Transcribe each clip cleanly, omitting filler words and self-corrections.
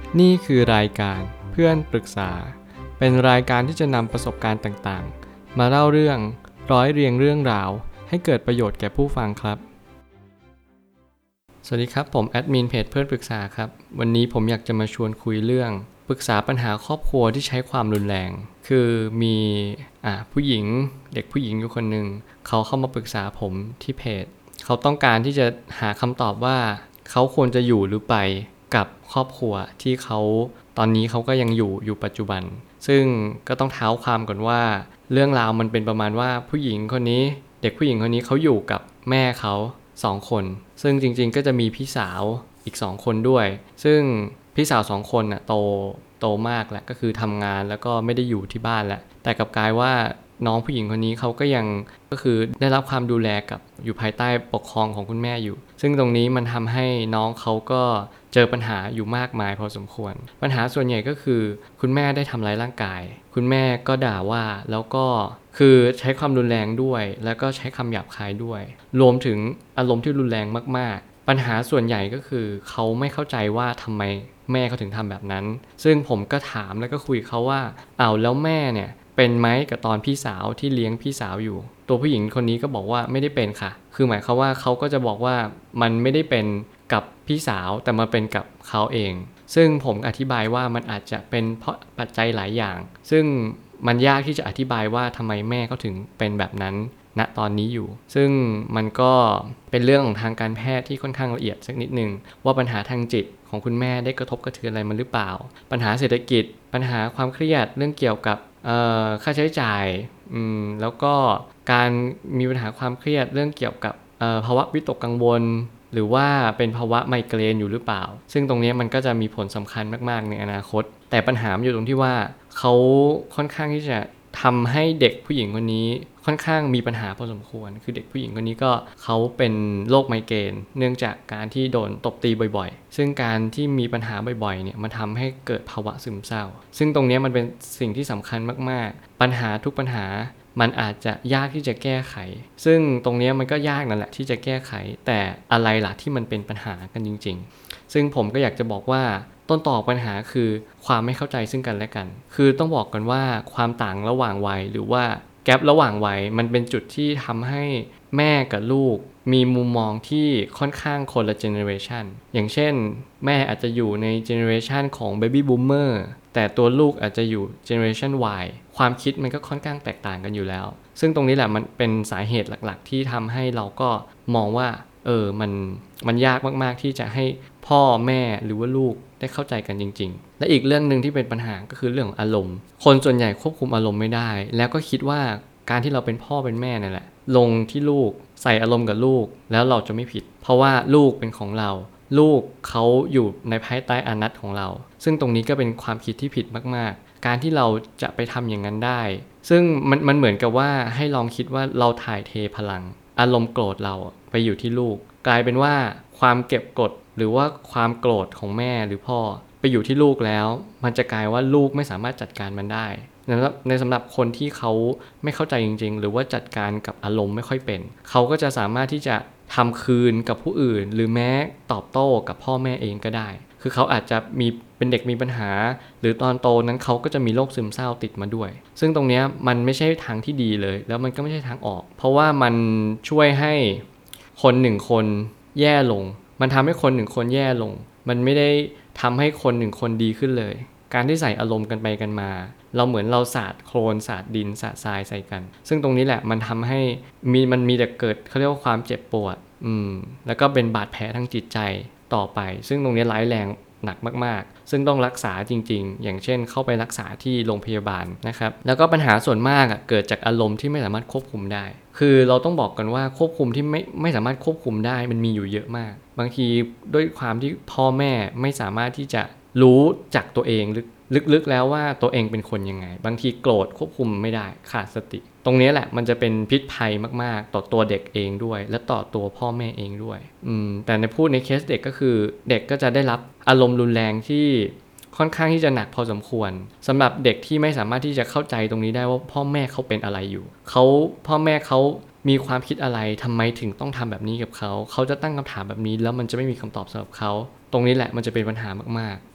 นี่คือรายการเพื่อนปรึกษาเป็นรายการที่จะนำประสบการณ์ต่างๆมาเล่าเรื่องร้อยเรียงเรื่องราวให้เกิดประโยชน์แก่ผู้ฟังครับสวัสดีครับผมแอดมินเพจเพื่อนปรึกษาครับวันนี้ผมอยากจะมาชวนคุยเรื่องปรึกษาปัญหาครอบครัวที่ใช้ความรุนแรงคือมีผู้หญิงเด็กผู้หญิงอยู่คนหนึ่งเขาเข้ามาปรึกษาผมที่เพจเขาต้องการที่จะหาคำตอบว่าเขาควรจะอยู่หรือไปกับครอบครัวที่เขาตอนนี้เขาก็ยังอยู่ปัจจุบันซึ่งก็ต้องเท้าความก่อนว่าเรื่องราวมันเป็นประมาณว่าผู้หญิงคนนี้เด็กผู้หญิงคนนี้เขาอยู่กับแม่เขา2 คนซึ่งจริงๆก็จะมีพี่สาวอีก2 คนด้วยซึ่งพี่สาว2 คนโตมากแล้วก็คือทำงานแล้วก็ไม่ได้อยู่ที่บ้านแล้วแต่กลับกลายว่าน้องผู้หญิงคนนี้เขาก็ยังก็คือได้รับความดูแลกับอยู่ภายใต้ปกครองของคุณแม่อยู่ซึ่งตรงนี้มันทำให้น้องเขาก็เจอปัญหาอยู่มากมายพอสมควรปัญหาส่วนใหญ่ก็คือคุณแม่ได้ทำร้ายร่างกายคุณแม่ก็ด่าว่าแล้วก็คือใช้ความรุนแรงด้วยแล้วก็ใช้คำหยาบคายด้วยรวมถึงอารมณ์ที่รุนแรงมากๆปัญหาส่วนใหญ่ก็คือเขาไม่เข้าใจว่าทำไมแม่เขาถึงทำแบบนั้นซึ่งผมก็ถามแล้วก็คุยเขาว่าแล้วแม่เนี่ยเป็นไหมกับตอนพี่สาวที่เลี้ยงพี่สาวอยู่ตัวผู้หญิงคนนี้ก็บอกว่าไม่ได้เป็นค่ะคือหมายความว่าเขาก็จะบอกว่ามันไม่ได้เป็นกับพี่สาวแต่มาเป็นกับเขาเองซึ่งผมอธิบายว่ามันอาจจะเป็นเพราะปัจจัยหลายอย่างซึ่งมันยากที่จะอธิบายว่าทำไมแม่เขาถึงเป็นแบบนั้นณตอนนี้อยู่ซึ่งมันก็เป็นเรื่องของทางการแพทย์ที่ค่อนข้างละเอียดสักนิดนึงว่าปัญหาทางจิตของคุณแม่ได้กระทบกระเทือนอะไรมันหรือเปล่าปัญหาเศรษฐกิจปัญหาความเครียดเรื่องเกี่ยวกับค่าใช้จ่ายแล้วก็การมีปัญหาความเครียดเรื่องเกี่ยวกับภาวะวิตกกังวลหรือว่าเป็นภาวะไมเกรนอยู่หรือเปล่าซึ่งตรงนี้มันก็จะมีผลสำคัญมากๆในอนาคตแต่ปัญหาอยู่ตรงที่ว่าเขาค่อนข้างที่จะทำให้เด็กผู้หญิงคนนี้ค่อนข้างมีปัญหาพอสมควรคือเด็กผู้หญิงคนนี้ก็เขาเป็นโรคไมเกรนเนื่องจากการที่โดนตบตีบ่อยๆซึ่งการที่มีปัญหาบ่อยๆเนี่ยมันทำให้เกิดภาวะซึมเศร้าซึ่งตรงนี้มันเป็นสิ่งที่สำคัญมากๆปัญหาทุกปัญหามันอาจจะยากที่จะแก้ไขซึ่งตรงนี้มันก็ยากนั่นแหละที่จะแก้ไขแต่อะไรล่ะที่มันเป็นปัญหากันจริงๆซึ่งผมก็อยากจะบอกว่าต้นตอปัญหาคือความไม่เข้าใจซึ่งกันและกันคือต้องบอกกันว่าความต่างระหว่างวัยหรือว่าแกประหว่างวัยมันเป็นจุดที่ทำให้แม่กับลูกมีมุมมองที่ค่อนข้างคนละเจเนอเรชันอย่างเช่นแม่อาจจะอยู่ในเจเนอเรชันของ Baby Boomer แต่ตัวลูกอาจจะอยู่เจเนอเรชัน Y ความคิดมันก็ค่อนข้างแตกต่างกันอยู่แล้วซึ่งตรงนี้แหละมันเป็นสาเหตุหลักๆที่ทำให้เราก็มองว่ามันยากมากๆที่จะให้พ่อแม่หรือว่าลูกได้เข้าใจกันจริงๆและอีกเรื่องนึงที่เป็นปัญหาก็คือเรื่องของอารมณ์คนส่วนใหญ่ควบคุมอารมณ์ไม่ได้แล้วก็คิดว่าการที่เราเป็นพ่อเป็นแม่นั่นแหละลงที่ลูกใส่อารมณ์กับลูกแล้วเราจะไม่ผิดเพราะว่าลูกเป็นของเราลูกเขาอยู่ในภายใต้อานัตของเราซึ่งตรงนี้ก็เป็นความคิดที่ผิดมากๆการที่เราจะไปทำอย่างนั้นได้ซึ่งมันเหมือนกับว่าให้ลองคิดว่าเราถ่ายเทพลังอารมณ์โกรธเราไปอยู่ที่ลูกกลายเป็นว่าความเก็บกดหรือว่าความโกรธของแม่หรือพ่อไปอยู่ที่ลูกแล้วมันจะกลายว่าลูกไม่สามารถจัดการมันได้ในสำหรับคนที่เขาไม่เข้าใจจริงๆหรือว่าจัดการกับอารมณ์ไม่ค่อยเป็นเขาก็จะสามารถที่จะทำคืนกับผู้อื่นหรือแม้ตอบโต้กับพ่อแม่เองก็ได้คือเขาอาจจะมีเป็นเด็กมีปัญหาหรือตอนโตนั้นเขาก็จะมีโรคซึมเศร้าติดมาด้วยซึ่งตรงนี้มันไม่ใช่ทางที่ดีเลยแล้วมันก็ไม่ใช่ทางออกเพราะว่ามันช่วยให้คน1 คนแย่ลงมันทำให้คน1 คนแย่ลงมันไม่ได้ทำให้คน1 คนดีขึ้นเลยการที่ใส่อารมณ์กันไปกันมาเราเหมือนเราสาดโคลนสาดดินสาดทรายใส่กันซึ่งตรงนี้แหละมันทำให้มันมีแต่เกิดเขาเรียกว่าความเจ็บปวดแล้วก็เป็นบาดแผลทางจิตใจต่อไปซึ่งตรงนี้ร้ายแรงหนักมากๆซึ่งต้องรักษาจริงๆอย่างเช่นเข้าไปรักษาที่โรงพยาบาลนะครับแล้วก็ปัญหาส่วนมากเกิดจากอารมณ์ที่ไม่สามารถควบคุมได้คือเราต้องบอกกันว่าควบคุมที่ไม่สามารถควบคุมได้มันมีอยู่เยอะมากบางทีด้วยความที่พ่อแม่ไม่สามารถที่จะรู้จักตัวเองลึกๆแล้วว่าตัวเองเป็นคนยังไงบางทีโกรธควบคุมไม่ได้ขาดสติตรงนี้แหละมันจะเป็นพิษภัยมากๆต่อตัวเด็กเองด้วยและต่อตัวพ่อแม่เองด้วยแต่ในพูดในเคสเด็กก็คือเด็กก็จะได้รับอารมณ์รุนแรงที่ค่อนข้างที่จะหนักพอสมควรสำหรับเด็กที่ไม่สามารถที่จะเข้าใจตรงนี้ได้ว่าพ่อแม่เขาเป็นอะไรอยู่พ่อแม่เขามีความคิดอะไรทำไมถึงต้องทำแบบนี้กับเขาจะตั้งคำถามแบบนี้แล้วมันจะไม่มีคำตอบสำหรับเขาตรงนี้แหละมันจะเป็นปัญหามาก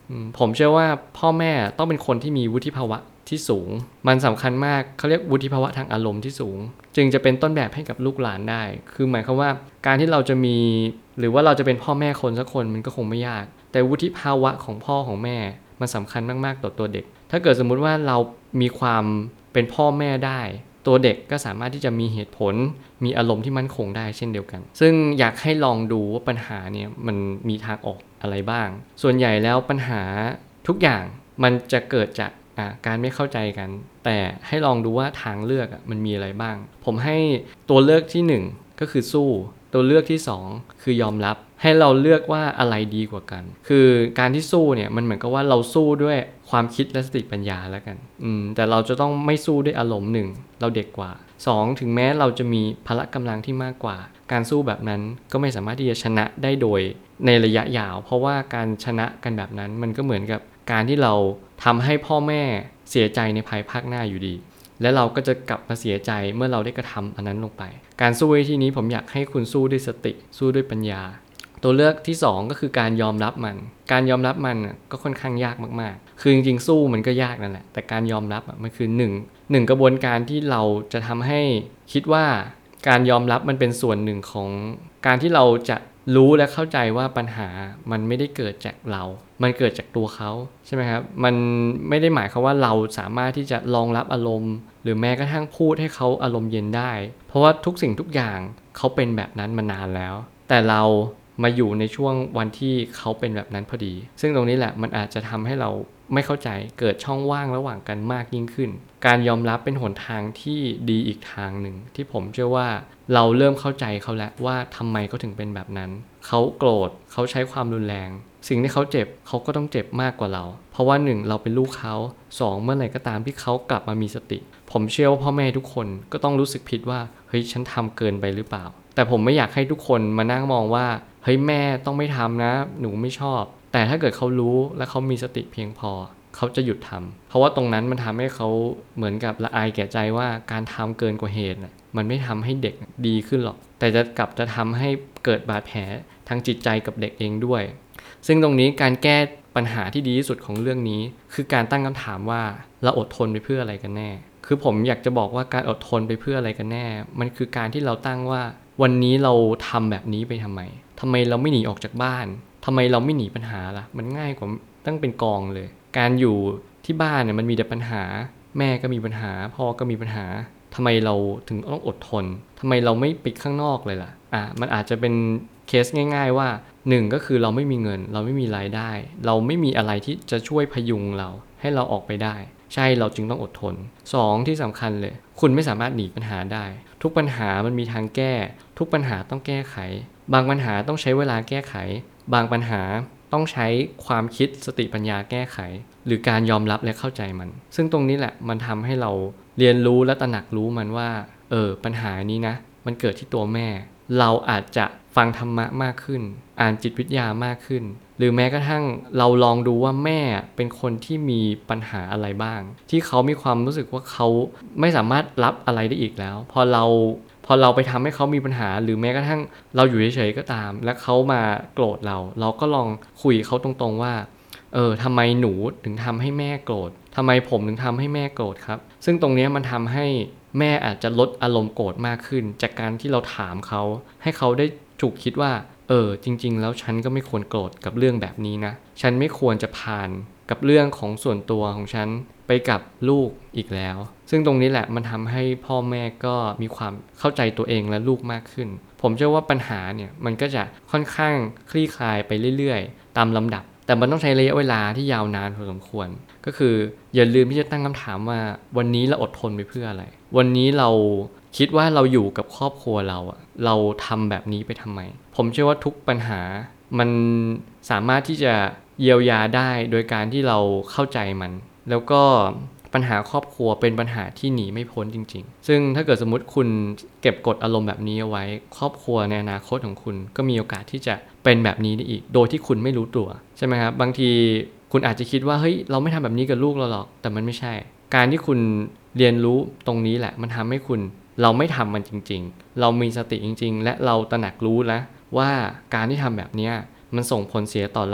ผมเชื่อว่าพ่อแม่ต้องเป็นคนที่มีวุฒิภาวะที่สูงมันสำคัญมากเขาเรียกวุฒิภาวะทางอารมณ์ที่สูงจึงจะเป็นต้นแบบให้กับลูกหลานได้คือหมายความว่าการที่เราจะมีหรือว่าเราจะเป็นพ่อแม่คนสักคนมันก็คงไม่ยากแต่วุฒิภาวะของพ่อของแม่มันสำคัญมากๆต่อตัวเด็กถ้าเกิดสมมุติว่าเรามีความเป็นพ่อแม่ได้ตัวเด็กก็สามารถที่จะมีเหตุผลมีอารมณ์ที่มั่นคงได้เช่นเดียวกันซึ่งอยากให้ลองดูว่าปัญหาเนี่ยมันมีทางออกอะไรบ้างส่วนใหญ่แล้วปัญหาทุกอย่างมันจะเกิดจากการไม่เข้าใจกันแต่ให้ลองดูว่าทางเลือกมันมีอะไรบ้างผมให้ตัวเลือกที่1ก็คือสู้ตัวเลือกที่2คือยอมรับให้เราเลือกว่าอะไรดีกว่ากันคือการที่สู้เนี่ยมันเหมือนกับว่าเราสู้ด้วยความคิดและสติปัญญาแล้วกันแต่เราจะต้องไม่สู้ด้วยอารมณ์1เราเด็กกว่า2ถึงแม้เราจะมีพละกำลังที่มากกว่าการสู้แบบนั้นก็ไม่สามารถที่จะชนะได้โดยในระยะยาวเพราะว่าการชนะกันแบบนั้นมันก็เหมือนกับการที่เราทำให้พ่อแม่เสียใจในภายภาคหน้าอยู่ดีและเราก็จะกลับมาเสียใจเมื่อเราได้กระทำอันนั้นลงไปการสู้ในที่นี้ผมอยากให้คุณสู้ด้วยสติสู้ด้วยปัญญาตัวเลือกที่2ก็คือการยอมรับมันการยอมรับมันก็ค่อนข้างยากมากๆคือจริงๆสู้มันก็ยากนั่นแหละแต่การยอมรับมันคือหนึ่งกระบวนการที่เราจะทำให้คิดว่าการยอมรับมันเป็นส่วนหนึ่งของการที่เราจะรู้และเข้าใจว่าปัญหามันไม่ได้เกิดจากเรามันเกิดจากตัวเขาใช่ไหมครับมันไม่ได้หมายความว่าเราสามารถที่จะรองรับอารมณ์หรือแม้กระทั่งพูดให้เขาอารมณ์เย็นได้เพราะว่าทุกสิ่งทุกอย่างเขาเป็นแบบนั้นมานานแล้วแต่เรามาอยู่ในช่วงวันที่เขาเป็นแบบนั้นพอดีซึ่งตรงนี้แหละมันอาจจะทำให้เราไม่เข้าใจเกิดช่องว่างระหว่างกันมากยิ่งขึ้นการยอมรับเป็นหนทางที่ดีอีกทางหนึ่งที่ผมเชื่อว่าเราเริ่มเข้าใจเขาแล้วว่าทำไมเขาถึงเป็นแบบนั้นเขาโกรธเขาใช้ความรุนแรงสิ่งที่เขาเจ็บเขาก็ต้องเจ็บมากกว่าเราเพราะว่า1เราเป็นลูกเขา2เมื่อไหร่ก็ตามที่เขากลับมามีสติผมเชื่อว่าพ่อแม่ทุกคนก็ต้องรู้สึกผิดว่าเฮ้ยฉันทำเกินไปหรือเปล่าแต่ผมไม่อยากให้ทุกคนมานั่งมองว่าเฮ้ยแม่ต้องไม่ทำนะหนูไม่ชอบแต่ถ้าเกิดเขารู้และเขามีสติเพียงพอเขาจะหยุดทำเพราะว่าตรงนั้นมันทำให้เขาเหมือนกับละอายแก่ใจว่าการทำเกินกว่าเหตุมันไม่ทำให้เด็กดีขึ้นหรอกแต่จะทำให้เกิดบาดแผลทางจิตใจกับเด็กเองด้วยซึ่งตรงนี้การแก้ปัญหาที่ดีที่สุดของเรื่องนี้คือการตั้งคำถามว่าเราอดทนไปเพื่ออะไรกันแน่คือผมอยากจะบอกว่าการอดทนไปเพื่ออะไรกันแน่มันคือการที่เราตั้งว่าวันนี้เราทำแบบนี้ไปทำไมเราไม่หนีออกจากบ้านทำไมเราไม่หนีปัญหาล่ะมันง่ายกว่าตั้งเป็นกองเลยการอยู่ที่บ้านเนี่ยมันมีแต่ปัญหาแม่ก็มีปัญหาพ่อก็มีปัญหาทำไมเราถึงต้องอดทนทำไมเราไม่ไปข้างนอกเลยล่ะมันอาจจะเป็นเคสง่ายๆว่า1ก็คือเราไม่มีเงินเราไม่มีรายได้เราไม่มีอะไรที่จะช่วยพยุงเราให้เราออกไปได้ใช่เราจึงต้องอดทน2ที่สำคัญเลยคุณไม่สามารถหนีปัญหาได้ทุกปัญหามันมีทางแก้ทุกปัญหาต้องแก้ไขบางปัญหาต้องใช้เวลาแก้ไขบางปัญหาต้องใช้ความคิดสติปัญญาแก้ไขหรือการยอมรับและเข้าใจมันซึ่งตรงนี้แหละมันทำให้เราเรียนรู้และตระหนักรู้มันว่าปัญหานี้นะมันเกิดที่ตัวแม่เราอาจจะฟังธรรมะมากขึ้นอ่านจิตวิทยามากขึ้นหรือแม้กระทั่งเราลองดูว่าแม่เป็นคนที่มีปัญหาอะไรบ้างที่เขามีความรู้สึกว่าเขาไม่สามารถรับอะไรได้อีกแล้วพอเราไปทำให้เขามีปัญหาหรือแม้กระทั่งเราอยู่เฉยๆก็ตามและเขามาโกรธเราก็ลองคุยเขาตรงๆว่าทำไมหนูถึงทำให้แม่โกรธทำไมผมถึงทำให้แม่โกรธครับซึ่งตรงนี้มันทำให้แม่อาจจะลดอารมณ์โกรธมากขึ้นจากการที่เราถามเขาให้เขาได้ฉุกคิดว่าจริงๆแล้วฉันก็ไม่ควรโกรธกับเรื่องแบบนี้นะฉันไม่ควรจะผ่านกับเรื่องของส่วนตัวของฉันไปกับลูกอีกแล้วซึ่งตรงนี้แหละมันทำให้พ่อแม่ก็มีความเข้าใจตัวเองและลูกมากขึ้นผมเชื่อว่าปัญหาเนี่ยมันก็จะค่อนข้างคลี่คลายไปเรื่อยๆตามลำดับแต่มันต้องใช้ระยะเวลาที่ยาวนานพอสมควรก็คืออย่าลืมที่จะตั้งคำถามว่าวันนี้เราอดทนไปเพื่ออะไรวันนี้เราคิดว่าเราอยู่กับครอบครัวเราทำแบบนี้ไปทำไมผมเชื่อว่าทุกปัญหามันสามารถที่จะเยียวยาได้โดยการที่เราเข้าใจมันแล้วก็ปัญหาครอบครัวเป็นปัญหาที่หนีไม่พ้นจริงๆซึ่งถ้าเกิดสมมติคุณเก็บกดอารมณ์แบบนี้เอาไว้ครอบครัวในอนาคตของคุณก็มีโอกาสที่จะเป็นแบบนี้ได้อีกโดยที่คุณไม่รู้ตัวใช่ไหมครับบางทีคุณอาจจะคิดว่าเฮ้ยเราไม่ทำแบบนี้กับลูกเราหรอกแต่มันไม่ใช่การที่คุณเรียนรู้ตรงนี้แหละมันทำให้เราไม่ทำมันจริงๆเรามีสติจริงๆและเราตระหนักรู้แล้วว่าการที่ทำแบบนี้มันส่งผลเสียต่อเรา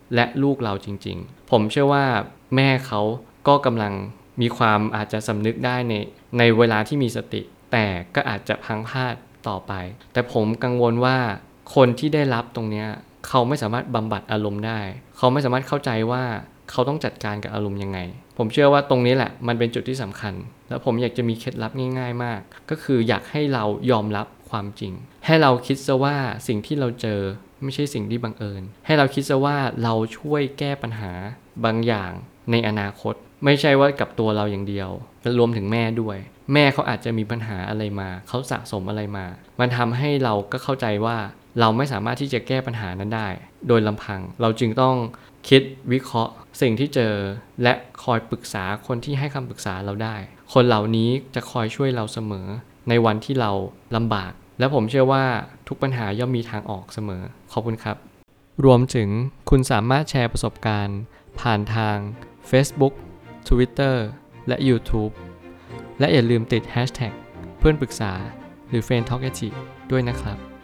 และลูกเราจริงๆผมเชื่อว่าแม่เขาก็กำลังมีความอาจจะสำนึกได้ในเวลาที่มีสติแต่ก็อาจจะพลั้งพลาดต่อไปแต่ผมกังวลว่าคนที่ได้รับตรงนี้เขาไม่สามารถบำบัดอารมณ์ได้เขาไม่สามารถเข้าใจว่าเขาต้องจัดการกับอารมณ์ยังไงผมเชื่อว่าตรงนี้แหละมันเป็นจุดที่สำคัญแล้วผมอยากจะมีเคล็ดลับง่ายๆมากก็คืออยากให้เรายอมรับความจริงให้เราคิดซะว่าสิ่งที่เราเจอไม่ใช่สิ่งที่บังเอิญให้เราคิดซะว่าเราช่วยแก้ปัญหาบางอย่างในอนาคตไม่ใช่ว่ากับตัวเราอย่างเดียวรวมถึงแม่ด้วยแม่เขาอาจจะมีปัญหาอะไรมาเขาสะสมอะไรมามันทำให้เราก็เข้าใจว่าเราไม่สามารถที่จะแก้ปัญหานั้นได้โดยลำพังเราจึงต้องคิดวิเคราะห์สิ่งที่เจอและคอยปรึกษาคนที่ให้คำปรึกษาเราได้คนเหล่านี้จะคอยช่วยเราเสมอในวันที่เราลำบากและผมเชื่อว่าทุกปัญหาย่อมมีทางออกเสมอขอบคุณครับรวมถึงคุณสามารถแชร์ประสบการณ์ผ่านทาง Facebook Twitter และ YouTube และอย่าลืมติด Hashtag เพื่อนปรึกษาหรือ Friend Talkative ด้วยนะครับ